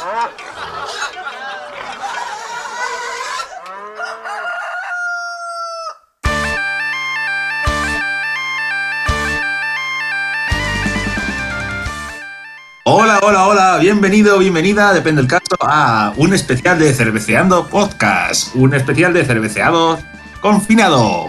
Hola, hola, hola, bienvenido, bienvenida, depende del caso, a un especial de Cerveceando Podcast, un especial de Cerveceado Confinado.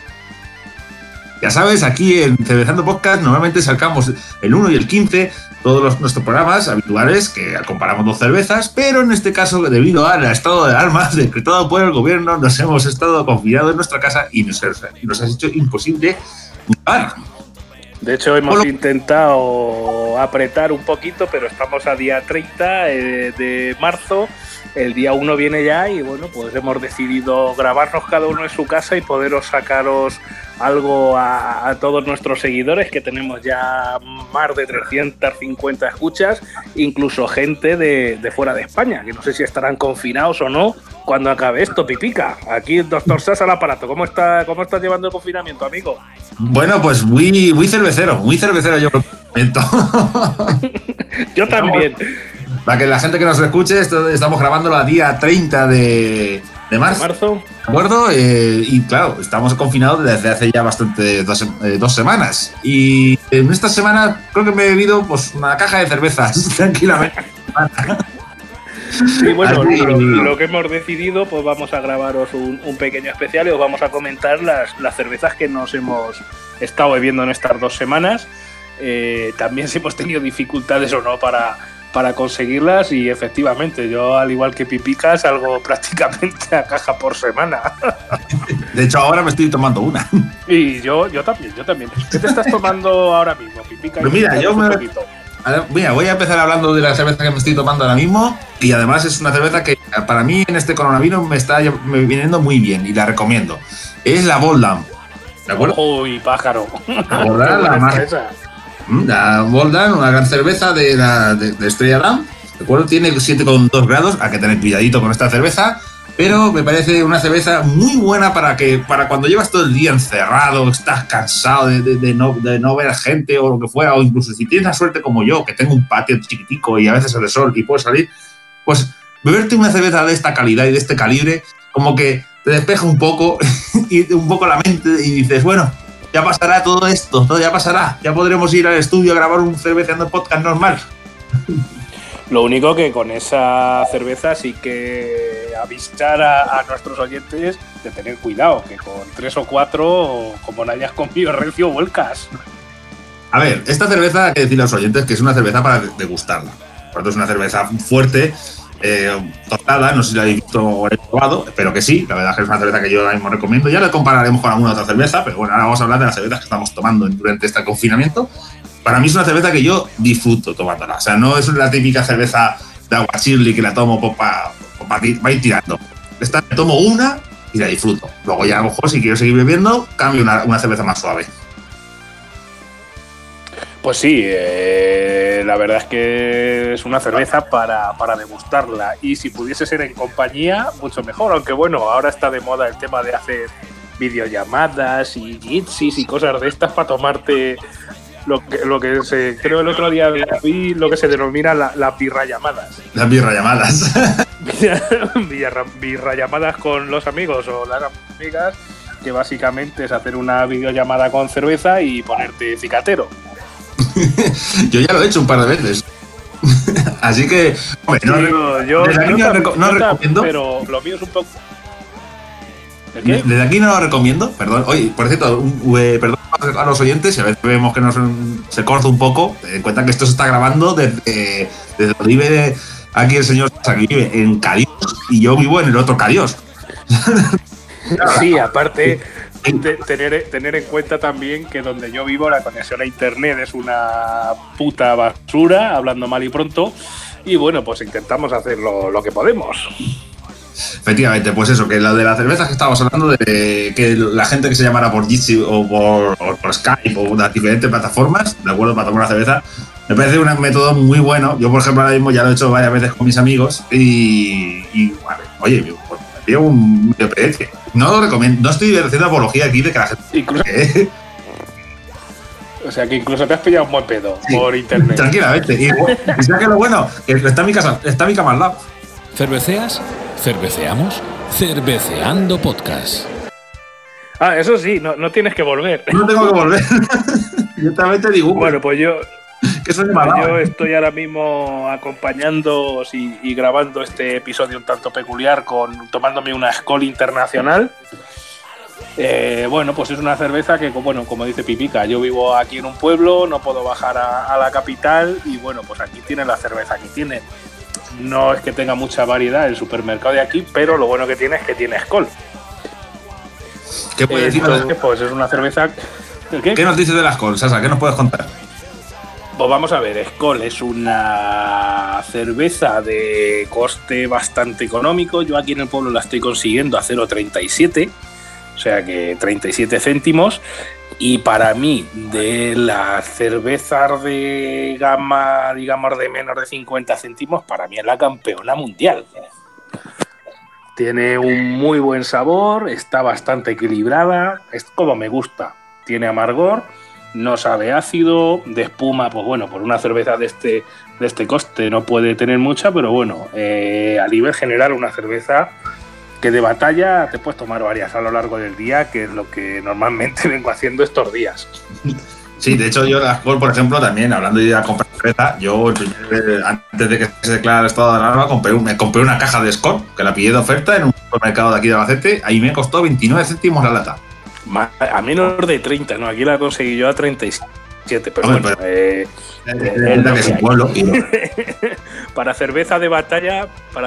Ya sabes, aquí en Cerveceando Podcast normalmente sacamos el 1 y el 15 todos nuestros programas habituales que comparamos dos cervezas, pero en este caso, debido al estado de alarma decretado por el gobierno, nos hemos estado confinados en nuestra casa y nos ha hecho imposible grabar. De hecho, hemos intentado apretar un poquito, pero estamos a día 30 de marzo. El día 1 viene ya y bueno, pues hemos decidido grabarnos cada uno en su casa y poderos sacaros algo a todos nuestros seguidores, que tenemos ya más de 350 escuchas, incluso gente de fuera de España, que no sé si estarán confinados o no cuando acabe esto, Pipica. Aquí el doctor Sass al aparato. ¿Cómo estás llevando el confinamiento, amigo? Bueno, pues muy cervecero yo comento. Yo también. Para que la gente que nos escuche, estamos grabándolo a día 30 de marzo. ¿De acuerdo? Y claro, estamos confinados desde hace ya bastante, dos semanas. Y en esta semana creo que me he bebido pues una caja de cervezas, tranquilamente. Y bueno, lo que hemos decidido, pues vamos a grabaros un pequeño especial y os vamos a comentar las cervezas que nos hemos estado bebiendo en estas 2 semanas. También si hemos tenido dificultades o no para conseguirlas, y efectivamente yo, al igual que Pipica, salgo prácticamente a caja por semana. De hecho, ahora me estoy tomando una. Y yo también. ¿Qué te estás tomando ahora mismo, Pipica? Pues mira, voy a empezar hablando de la cerveza que me estoy tomando ahora mismo, y además es una cerveza que para mí en este coronavirus me viniendo muy bien y la recomiendo. Es la Boldam, ¿de acuerdo? ¡Uy, pájaro! La Boldam, la Boldam, una gran cerveza de Estrella Damm, ¿de acuerdo? Tiene 7,2 grados, hay que tener cuidadito con esta cerveza, pero me parece una cerveza muy buena para cuando llevas todo el día encerrado, estás cansado de no ver gente o lo que fuera, o incluso si tienes la suerte como yo, que tengo un patio chiquitico y a veces hace sol y puedes salir, pues beberte una cerveza de esta calidad y de este calibre, como que te despeja un poco y un poco la mente y dices, bueno, ya pasará todo esto, ya pasará, ya podremos ir al estudio a grabar un Cerveceando Podcast normal. Lo único que con esa cerveza sí que avisar a nuestros oyentes de tener cuidado, que con 3 o 4, como no hayas comido recio, vuelcas. A ver, esta cerveza hay que decirle a los oyentes que es una cerveza para degustarla. Por tanto, es una cerveza fuerte, tostada, no sé si la habéis visto o la habéis probado, espero que sí. La verdad es que es una cerveza que yo ahora mismo recomiendo. Ya la compararemos con alguna otra cerveza, pero bueno, ahora vamos a hablar de las cervezas que estamos tomando durante este confinamiento. Para mí es una cerveza que yo disfruto tomándola. O sea, no es la típica cerveza de agua chirli que la tomo para ir tirando. Esta me tomo una y la disfruto. Luego ya a lo mejor, si quiero seguir bebiendo, cambio una cerveza más suave. Pues sí, la verdad es que es una cerveza para degustarla, y si pudiese ser en compañía, mucho mejor. Aunque bueno, ahora está de moda el tema de hacer videollamadas y jitsis y cosas de estas para tomarte creo el otro día vi lo que se denomina las birrallamadas. Las birrallamadas. Birrallamadas con los amigos o las amigas, que básicamente es hacer una videollamada con cerveza y ponerte cicatero. Yo ya lo he hecho un par de veces. Así que, hombre, no recomiendo. Pero lo mío es un poco. ¿Qué? Desde aquí no lo recomiendo, perdón. Oye, por cierto, perdón a los oyentes, si a veces vemos que se corta un poco, ten en cuenta que esto se está grabando desde donde vive aquí el señor, que vive en Cadios, y yo vivo en el otro Cadios. Sí, aparte, tener en cuenta también que donde yo vivo la conexión a internet es una puta basura, hablando mal y pronto, y bueno, pues intentamos hacer lo que podemos. Efectivamente, pues eso, que lo de las cervezas que estábamos hablando, de que la gente que se llamara por Jitsi o por Skype o las diferentes plataformas, de acuerdo, para tomar una cerveza, me parece un método muy bueno. Yo, por ejemplo, ahora mismo ya lo he hecho varias veces con mis amigos y bueno, oye, pues, me pido un PDF. No lo recomiendo, no estoy haciendo apología aquí de que la gente... Incluso... O sea que incluso te has pillado un buen pedo por internet. Tranquilamente. Y sabes que lo bueno, que está mi cama al lado. ¿Cerveceas? ¿Cerveceamos? Cerveceando Podcast. Ah, eso sí, no tienes que volver. No tengo que volver. Directamente digo. Bueno, pues yo yo estoy ahora mismo acompañándoos y grabando este episodio un tanto peculiar tomándome una Skol Internacional. Bueno, pues es una cerveza que, bueno, como dice Pipica, yo vivo aquí en un pueblo, no puedo bajar a la capital y bueno, pues aquí tiene la cerveza que tiene. No es que tenga mucha variedad el supermercado de aquí, pero lo bueno que tiene es que tiene Skol. ¿Qué puedes decir? Pues es una cerveza... ¿Qué nos dices de la Skol, Sasa? ¿Qué nos puedes contar? Pues vamos a ver, Skol es una cerveza de coste bastante económico. Yo aquí en el pueblo la estoy consiguiendo a 0,37, o sea que 37 céntimos. Y para mí, de las cervezas de gama, digamos, de menos de 50 céntimos, para mí es la campeona mundial. Tiene un muy buen sabor, está bastante equilibrada, es como me gusta. Tiene amargor, no sabe ácido, de espuma, pues bueno, por una cerveza de este coste no puede tener mucha, pero bueno, a nivel general una cerveza que de batalla te puedes tomar varias a lo largo del día, que es lo que normalmente vengo haciendo estos días. Sí, de hecho yo la Skol, por ejemplo, también, hablando de ir a comprar cerveza, yo antes de que se declarara el estado de alarma me compré una caja de Skol, que la pillé de oferta en un supermercado de aquí de Albacete, ahí me costó 29 céntimos la lata. A menos de 30, ¿no? Aquí la conseguí yo a 37, pero hombre, bueno. Que es un pueblo. Para cerveza de batalla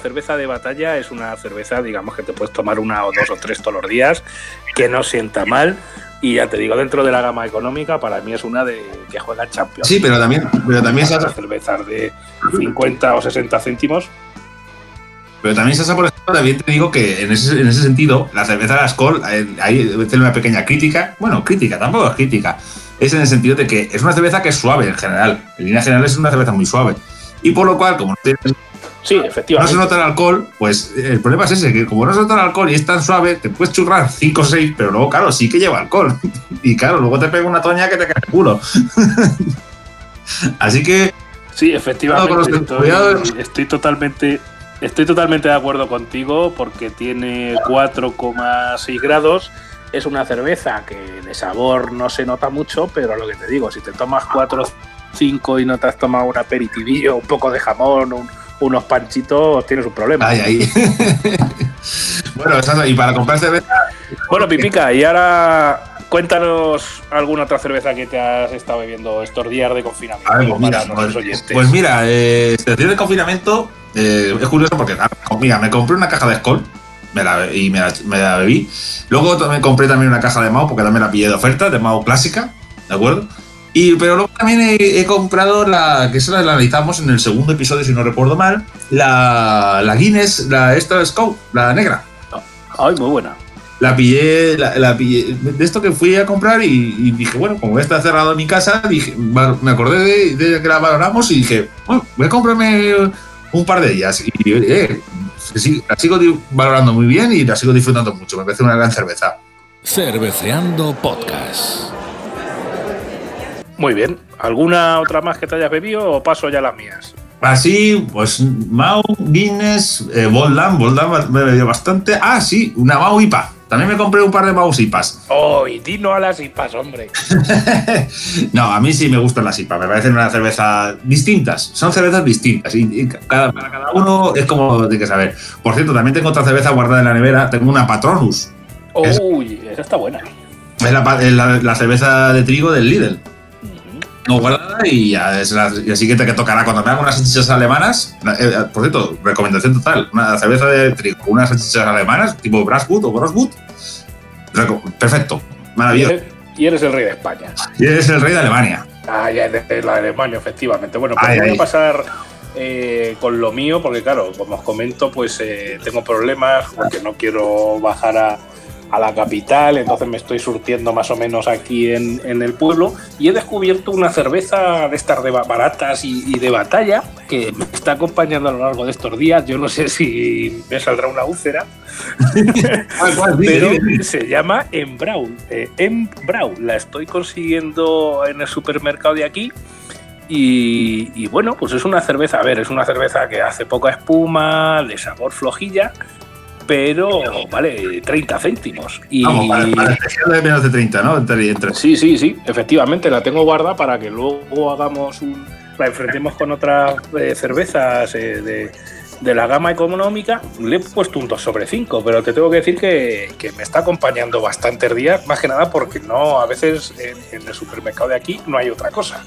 es una cerveza, digamos, que te puedes tomar una o dos o tres todos los días, que no sienta mal. Y ya te digo, dentro de la gama económica, para mí es una de que juega en Champions. Sí, pero también esas cervezas de 50 o 60 céntimos. Pero también, Sasa, por ejemplo, también te digo que en ese sentido, la cerveza de la Skol, hay una pequeña crítica. Bueno, crítica, tampoco es crítica. Es en el sentido de que es una cerveza que es suave en general. En línea general es una cerveza muy suave. Y por lo cual, como no tiene... Sí, efectivamente. No se nota el alcohol, pues el problema es ese, que como no se nota el alcohol y es tan suave, te puedes churrar 5 o 6, pero luego, claro, sí que lleva alcohol. Y claro, luego te pega una toña que te cae el culo. Así que... Sí, efectivamente. Estoy totalmente de acuerdo contigo porque tiene 4,6 grados. Es una cerveza que de sabor no se nota mucho, pero lo que te digo, si te tomas 4 o 5 y no te has tomado un aperitivillo, un poco de jamón, unos panchitos, tienes un problema. Ahí. Bueno, y para comprar cerveza... Bueno, Pipica, y ahora cuéntanos alguna otra cerveza que te has estado bebiendo estos días de confinamiento. A ver, pues mira, situación de confinamiento es curioso porque, mira, me compré una caja de Skol me la bebí. Luego me compré también una caja de Mahou porque también la pillé de oferta, de Mahou clásica, ¿de acuerdo? Pero luego también he comprado que esa la analizamos en el segundo episodio, si no recuerdo mal, la Guinness, esta Scout, la negra. Ay, muy buena. La pillé de esto que fui a comprar y dije, bueno, como está cerrado en mi casa, me acordé de que la valoramos y dije, bueno, voy a comprarme un par de ellas. Y la sigo valorando muy bien y la sigo disfrutando mucho. Me parece una gran cerveza. Cerveceando Podcast. Muy bien. ¿Alguna otra más que te hayas bebido o paso ya las mías? Así, pues Mahou, Guinness, Voldam me he bebido bastante. Ah, sí, una Mahou IPA. También me compré un par de Mahou IPAs. ¡Oh, y dino a las IPAs, hombre! No, a mí sí me gustan las IPAs. Me parecen una cerveza distintas. Son cervezas distintas. Y para cada uno es como de que saber. Por cierto, también tengo otra cerveza guardada en la nevera. Tengo una Patronus. ¡Uy! Esa está buena. Es la cerveza de trigo del Lidl. No guardada y así que te tocará cuando me hagan unas salchichas alemanas. Por cierto, recomendación total: una cerveza de trigo, unas salchichas alemanas tipo Braswood o Grosswood. Perfecto, maravilloso. Y eres el rey de España. Y eres el rey de Alemania. Ah, ya de la Alemania, efectivamente. Bueno, pues voy a pasar con lo mío, porque claro, como os comento, pues tengo problemas porque no quiero bajar a la capital, entonces me estoy surtiendo más o menos aquí en el pueblo y he descubierto una cerveza de estas de baratas y de batalla que me está acompañando a lo largo de estos días. Yo no sé si me saldrá una úlcera, pero se llama Embrau. Embrau, la estoy consiguiendo en el supermercado de aquí. Y bueno, pues es una cerveza, es una cerveza que hace poca espuma, de sabor flojilla, pero vale 30 céntimos. Y vamos, para especial de menos de 30, ¿no? Sí, efectivamente, la tengo guardada para que luego la enfrentemos con otras cervezas de la gama económica. Le he puesto un 2/5, pero te tengo que decir que me está acompañando bastantes días, más que nada porque a veces en el supermercado de aquí no hay otra cosa.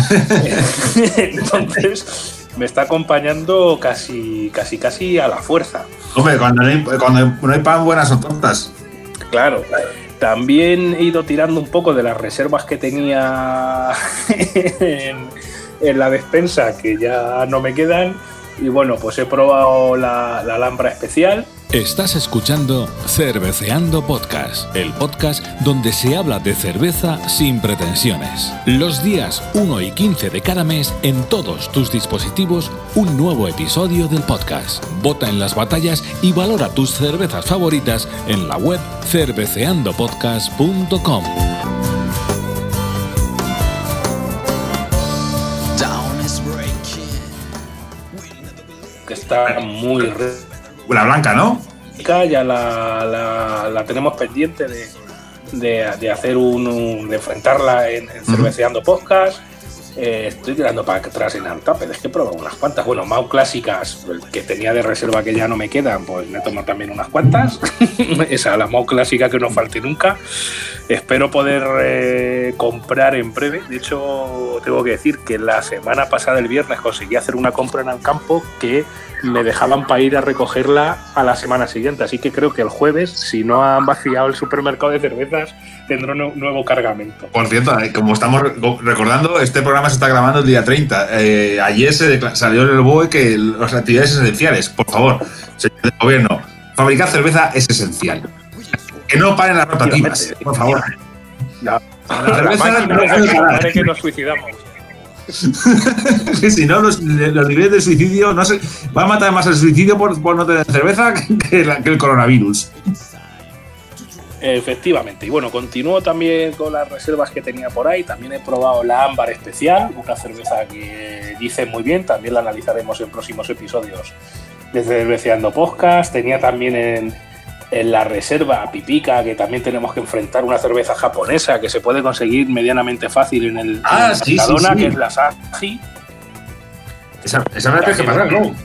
Entonces me está acompañando casi a la fuerza. Hombre, cuando no hay pan, buenas son tortas. Claro. También he ido tirando un poco de las reservas que tenía en la despensa, que ya no me quedan. Y bueno, pues he probado la Alhambra especial. Estás escuchando Cerveceando Podcast, el podcast donde se habla de cerveza sin pretensiones. Los días 1 y 15 de cada mes, en todos tus dispositivos, un nuevo episodio del podcast. Vota en las batallas y valora tus cervezas favoritas en la web cerveceandopodcast.com. Que está muy la blanca, ¿no? Ya la tenemos pendiente de hacer de enfrentarla en Cerveceando Podcast. Estoy tirando para atrás en Untapped, es que he probado unas cuantas. Bueno, Mau clásicas, que tenía de reserva que ya no me quedan, pues me tomo también unas cuantas. Esa, la Mau clásica que no falte nunca. Espero poder comprar en breve. De hecho, tengo que decir que la semana pasada, el viernes, conseguí hacer una compra en Alcampo que me dejaban para ir a recogerla a la semana siguiente. Así que creo que el jueves, si no han vaciado el supermercado de cervezas, tendré un nuevo cargamento. Por cierto, como estamos recordando, este programa se está grabando el día 30. Ayer salió en el BOE que las actividades esenciales, por favor, señor del gobierno, fabricar cerveza es esencial. Que no paren las rotativas, por favor. La cerveza no es que nos suicidamos. Que si no, los niveles de suicidio no se va a matar más el suicidio por no tener cerveza que el coronavirus. Efectivamente. Y bueno, continúo también con las reservas que tenía por ahí. También he probado la Ámbar especial, una cerveza que dice muy bien. También la analizaremos en próximos episodios de Cerveceando Podcast. Tenía también en la reserva Pipica, que también tenemos que enfrentar una cerveza japonesa que se puede conseguir medianamente fácil en el Mercadona, sí. Que es la Saji. Esa me la tienes que pasar, ¿no?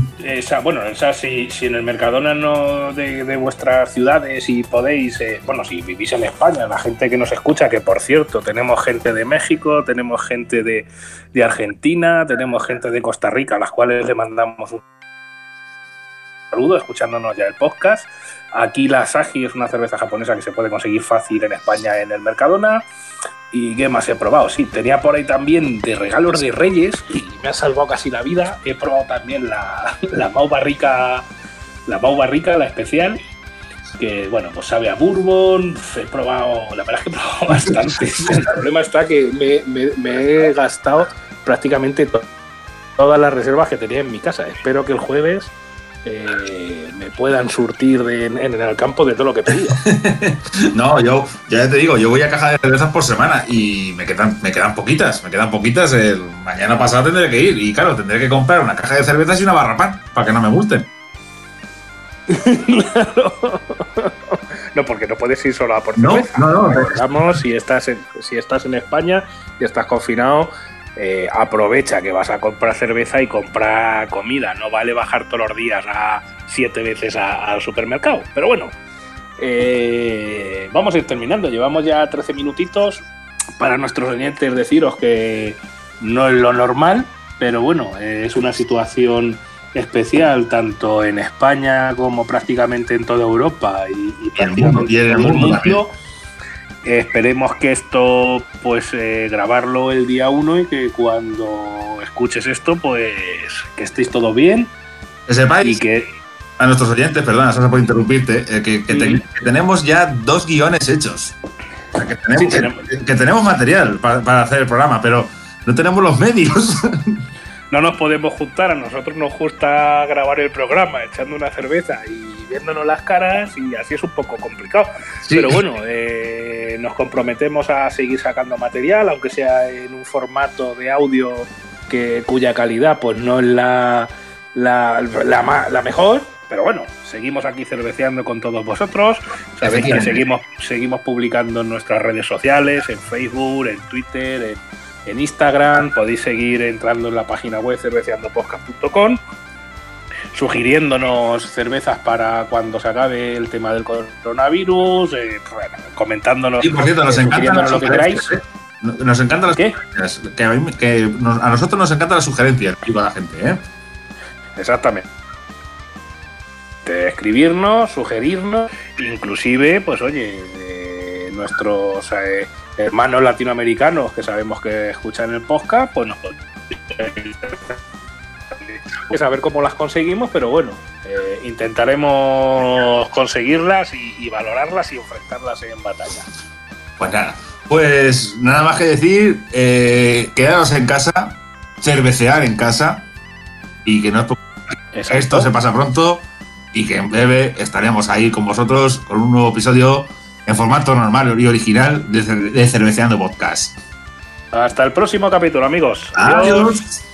Esa si en el Mercadona no de vuestras ciudades y podéis, si vivís en España, la gente que nos escucha, que por cierto, tenemos gente de México, tenemos gente de Argentina, tenemos gente de Costa Rica, a las cuales le mandamos un saludo escuchándonos ya el podcast. Aquí la Saji es una cerveza japonesa que se puede conseguir fácil en España en el Mercadona. ¿Y qué más he probado? Sí, tenía por ahí también de regalos de Reyes y me ha salvado casi la vida. He probado también la Mau Barrica, la especial, que bueno, pues sabe a bourbon. La verdad es que he probado bastantes. El problema está que me he gastado prácticamente todas las reservas que tenía en mi casa. Espero que el jueves me puedan surtir en el campo de todo lo que he pedido. No, yo ya te digo, yo voy a caja de cervezas por semana y me quedan poquitas. Mañana pasado tendré que ir y claro, tendré que comprar una caja de cervezas y una barra pan para que no me multen. Claro. No, porque no puedes ir solo a por cerveza. No. Vamos, si estás en España y estás confinado, aprovecha que vas a comprar cerveza y comprar comida. No vale bajar todos los días a 7 veces al supermercado. Pero bueno, vamos a ir terminando. Llevamos ya 13 minutitos. Para nuestros oyentes deciros que no es lo normal, pero bueno, es una situación especial tanto en España como prácticamente en toda Europa y prácticamente en el mundo. Esperemos que esto, pues, grabarlo el día 1 y que cuando escuches esto, pues, que estéis todo bien. Que sepáis, y que a nuestros oyentes, perdona, Sasa, por interrumpirte, que tenemos ya 2 guiones hechos. O sea, que tenemos material para hacer el programa, pero no tenemos los medios. No nos podemos juntar, a nosotros nos gusta grabar el programa echando una cerveza y viéndonos las caras, y así es un poco complicado. Sí. Pero bueno, nos comprometemos a seguir sacando material, aunque sea en un formato de audio cuya calidad pues no es la mejor, pero bueno, seguimos aquí cerveceando con todos vosotros. Sabéis que seguimos publicando en nuestras redes sociales, en Facebook, en Twitter, en Instagram. Podéis seguir entrando en la página web cerveceandopodcast.com, sugiriéndonos cervezas para cuando se acabe el tema del coronavirus, comentándonos, por cierto, nos encantan lo que queráis. Nos encantan las sugerencias. A nosotros nos encantan las sugerencias, digo a la gente, ¿eh? Exactamente. De escribirnos, sugerirnos, inclusive, pues oye, nuestros hermanos latinoamericanos que sabemos que escuchan el podcast, pues nos saber cómo las conseguimos, pero bueno, intentaremos conseguirlas y valorarlas y enfrentarlas en batalla. Pues nada más que decir, quedaros en casa, cervecear en casa, y que no es esto se pasa pronto, y que en breve estaremos ahí con vosotros con un nuevo episodio en formato normal y original de Cerveceando Podcast. Hasta el próximo capítulo, amigos. Adiós.